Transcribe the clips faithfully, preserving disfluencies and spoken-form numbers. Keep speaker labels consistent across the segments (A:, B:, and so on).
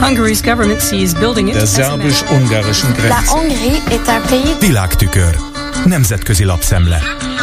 A: Der szerbus-ungarischen Grenze.
B: La Hongrie est un pays.
C: Világtükör. Nemzetközi lapszemle.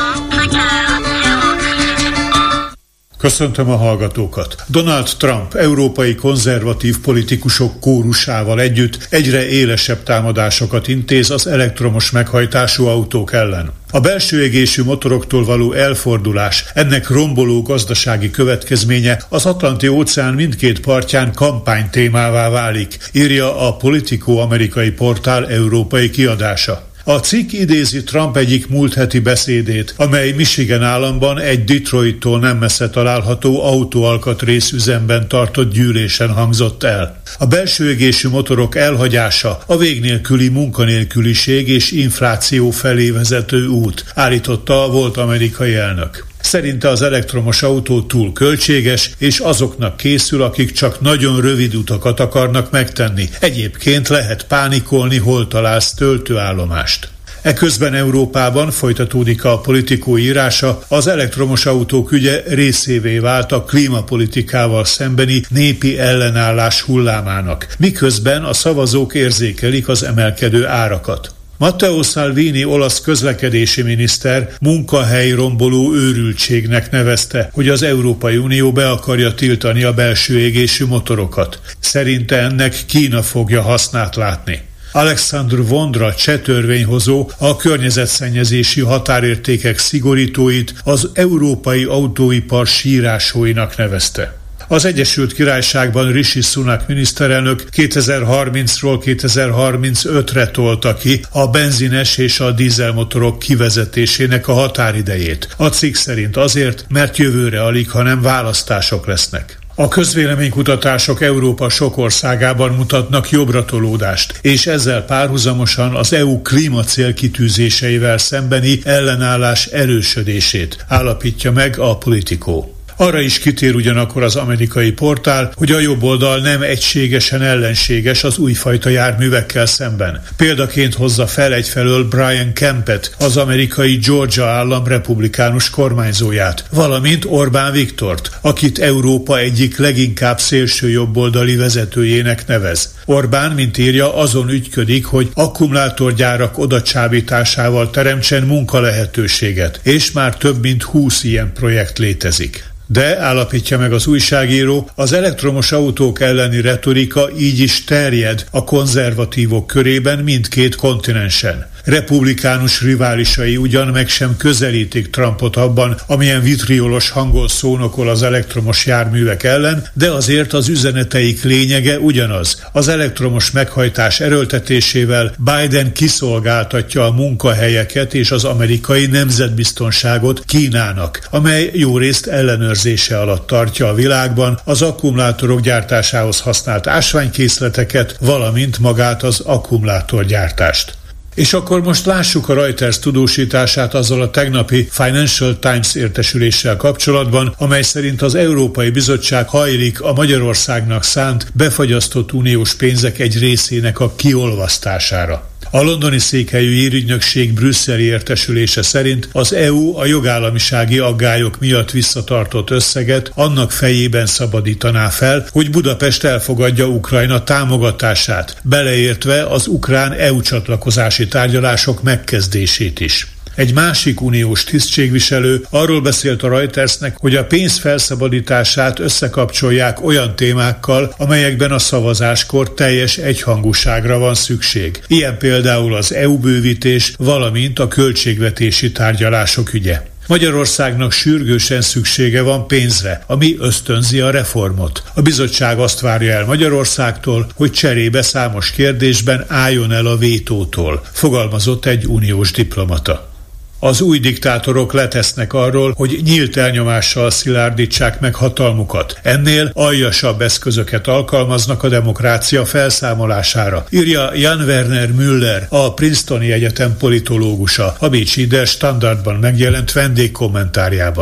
D: Köszöntöm a hallgatókat! Donald Trump európai konzervatív politikusok kórusával együtt egyre élesebb támadásokat intéz az elektromos meghajtású autók ellen. A belső égésű motoroktól való elfordulás, ennek romboló gazdasági következménye az Atlanti-óceán mindkét partján kampánytémává válik, írja a Politico amerikai portál európai kiadása. A cikk idézi Trump egyik múlt heti beszédét, amely Michigan államban egy Detroittól nem messze található autóalkatrészüzemben tartott gyűlésen hangzott el. A belső égésű motorok elhagyása a végnélküli munkanélküliség és infláció felé vezető út, állította a volt amerikai elnök. Szerinte az elektromos autó túl költséges, és azoknak készül, akik csak nagyon rövid utakat akarnak megtenni. Egyébként lehet pánikolni, hol találsz töltőállomást. Eközben Európában, folytatódik a Politico írása, az elektromos autók ügye részévé vált a klímapolitikával szembeni népi ellenállás hullámának, miközben a szavazók érzékelik az emelkedő árakat. Matteo Salvini olasz közlekedési miniszter munkahelyromboló őrültségnek nevezte, hogy az Európai Unió be akarja tiltani a belső égésű motorokat. Szerinte ennek Kína fogja hasznát látni. Alexandr Vondra cseh törvényhozó a környezetszennyezési határértékek szigorítóit az európai autóipar sírásóinak nevezte. Az Egyesült Királyságban Rishi Sunak miniszterelnök kétezer-harmincról kétezer-harmincötre tolta ki a benzines és a dízelmotorok kivezetésének a határidejét. A cikk szerint azért, mert jövőre alig, hanem választások lesznek. A közvéleménykutatások Európa sok országában mutatnak jobbratolódást, és ezzel párhuzamosan az é u klímacélkitűzéseivel szembeni ellenállás erősödését, állapítja meg a Politico. Arra is kitér ugyanakkor az amerikai portál, hogy a jobboldal nem egységesen ellenséges az újfajta járművekkel szemben. Példaként hozza fel egyfelől Brian Kempet, az amerikai Georgia állam republikánus kormányzóját, valamint Orbán Viktort, akit Európa egyik leginkább szélső jobboldali vezetőjének nevez. Orbán, mint írja, azon ügyködik, hogy akkumulátorgyárak odacsábításával teremtsen munkalehetőséget, és már több mint húsz ilyen projekt létezik. De, állapítja meg az újságíró, az elektromos autók elleni retorika így is terjed a konzervatívok körében mindkét kontinensen. Republikánus riválisai ugyan meg sem közelítik Trumpot abban, amilyen vitriolos hangon szónokol az elektromos járművek ellen, de azért az üzeneteik lényege ugyanaz. Az elektromos meghajtás erőltetésével Biden kiszolgáltatja a munkahelyeket és az amerikai nemzetbiztonságot Kínának, amely jó részt ellenőrzése alatt tartja a világban az akkumulátorok gyártásához használt ásványkészleteket, valamint magát az akkumulátorgyártást. És akkor most lássuk a Reuters tudósítását azzal a tegnapi Financial Times értesüléssel kapcsolatban, amely szerint az Európai Bizottság hajlik a Magyarországnak szánt befagyasztott uniós pénzek egy részének a kiolvasztására. A londoni székhelyű hírügynökség brüsszeli értesülése szerint az é u a jogállamisági aggályok miatt visszatartott összeget annak fejében szabadítaná fel, hogy Budapest elfogadja Ukrajna támogatását, beleértve az ukrán é u csatlakozási tárgyalások megkezdését is. Egy másik uniós tisztségviselő arról beszélt a Reutersnek, hogy a pénz felszabadítását összekapcsolják olyan témákkal, amelyekben a szavazáskor teljes egyhangúságra van szükség. Ilyen például az é u bővítés, valamint a költségvetési tárgyalások ügye. Magyarországnak sürgősen szüksége van pénzre, ami ösztönzi a reformot. A bizottság azt várja el Magyarországtól, hogy cserébe számos kérdésben álljon el a vétótól, fogalmazott egy uniós diplomata. Az új diktátorok letesznek arról, hogy nyílt elnyomással szilárdítsák meg hatalmukat. Ennél aljasabb eszközöket alkalmaznak a demokrácia felszámolására, írja Jan Werner Müller, a Princetoni Egyetem politológusa, a bécsi Der Standardban megjelent vendégkommentárjában.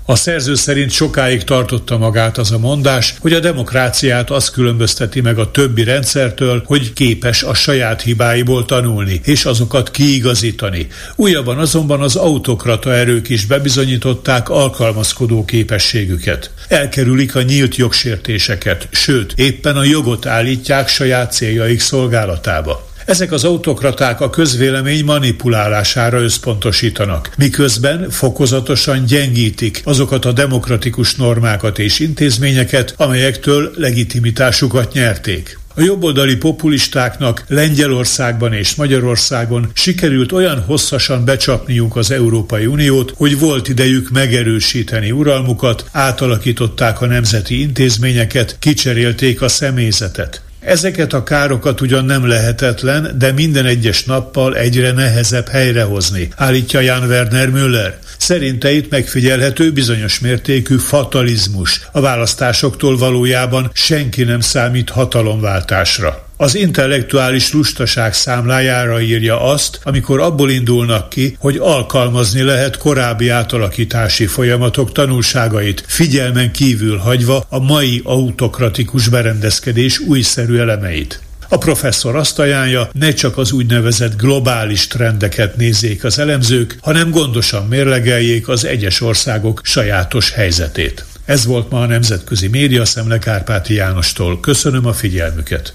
D: A szerző szerint sokáig tartotta magát az a mondás, hogy a demokráciát az különbözteti meg a többi rendszertől, hogy képes a saját hibáiból tanulni, és azokat kiigazítani. Újabban azonban az autokrata erők is bebizonyították alkalmazkodó képességüket. Elkerülik a nyílt jogsértéseket, sőt, éppen a jogot állítják saját céljaik szolgálatába. Ezek az autokraták a közvélemény manipulálására összpontosítanak, miközben fokozatosan gyengítik azokat a demokratikus normákat és intézményeket, amelyektől legitimitásukat nyerték. A jobboldali populistáknak Lengyelországban és Magyarországon sikerült olyan hosszasan becsapniuk az Európai Uniót, hogy volt idejük megerősíteni uralmukat, átalakították a nemzeti intézményeket, kicserélték a személyzetet. Ezeket a károkat ugyan nem lehetetlen, de minden egyes nappal egyre nehezebb helyrehozni, állítja Jan Werner Müller. Szerinte itt megfigyelhető bizonyos mértékű fatalizmus. A választásoktól valójában senki nem számít hatalomváltásra. Az intellektuális lustaság számlájára írja azt, amikor abból indulnak ki, hogy alkalmazni lehet korábbi átalakítási folyamatok tanulságait, figyelmen kívül hagyva a mai autokratikus berendezkedés újszerű elemeit. A professzor azt ajánlja, ne csak az úgynevezett globális trendeket nézzék az elemzők, hanem gondosan mérlegeljék az egyes országok sajátos helyzetét. Ez volt ma a Nemzetközi Média Szemle Kárpáti Jánostól. Köszönöm a figyelmüket.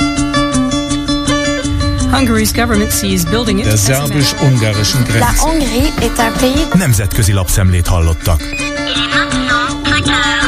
A: Der szerbus-ungarischen Grenze.
C: Nemzetközi lapszemlét hallottak.
B: Il est maintenant très clair.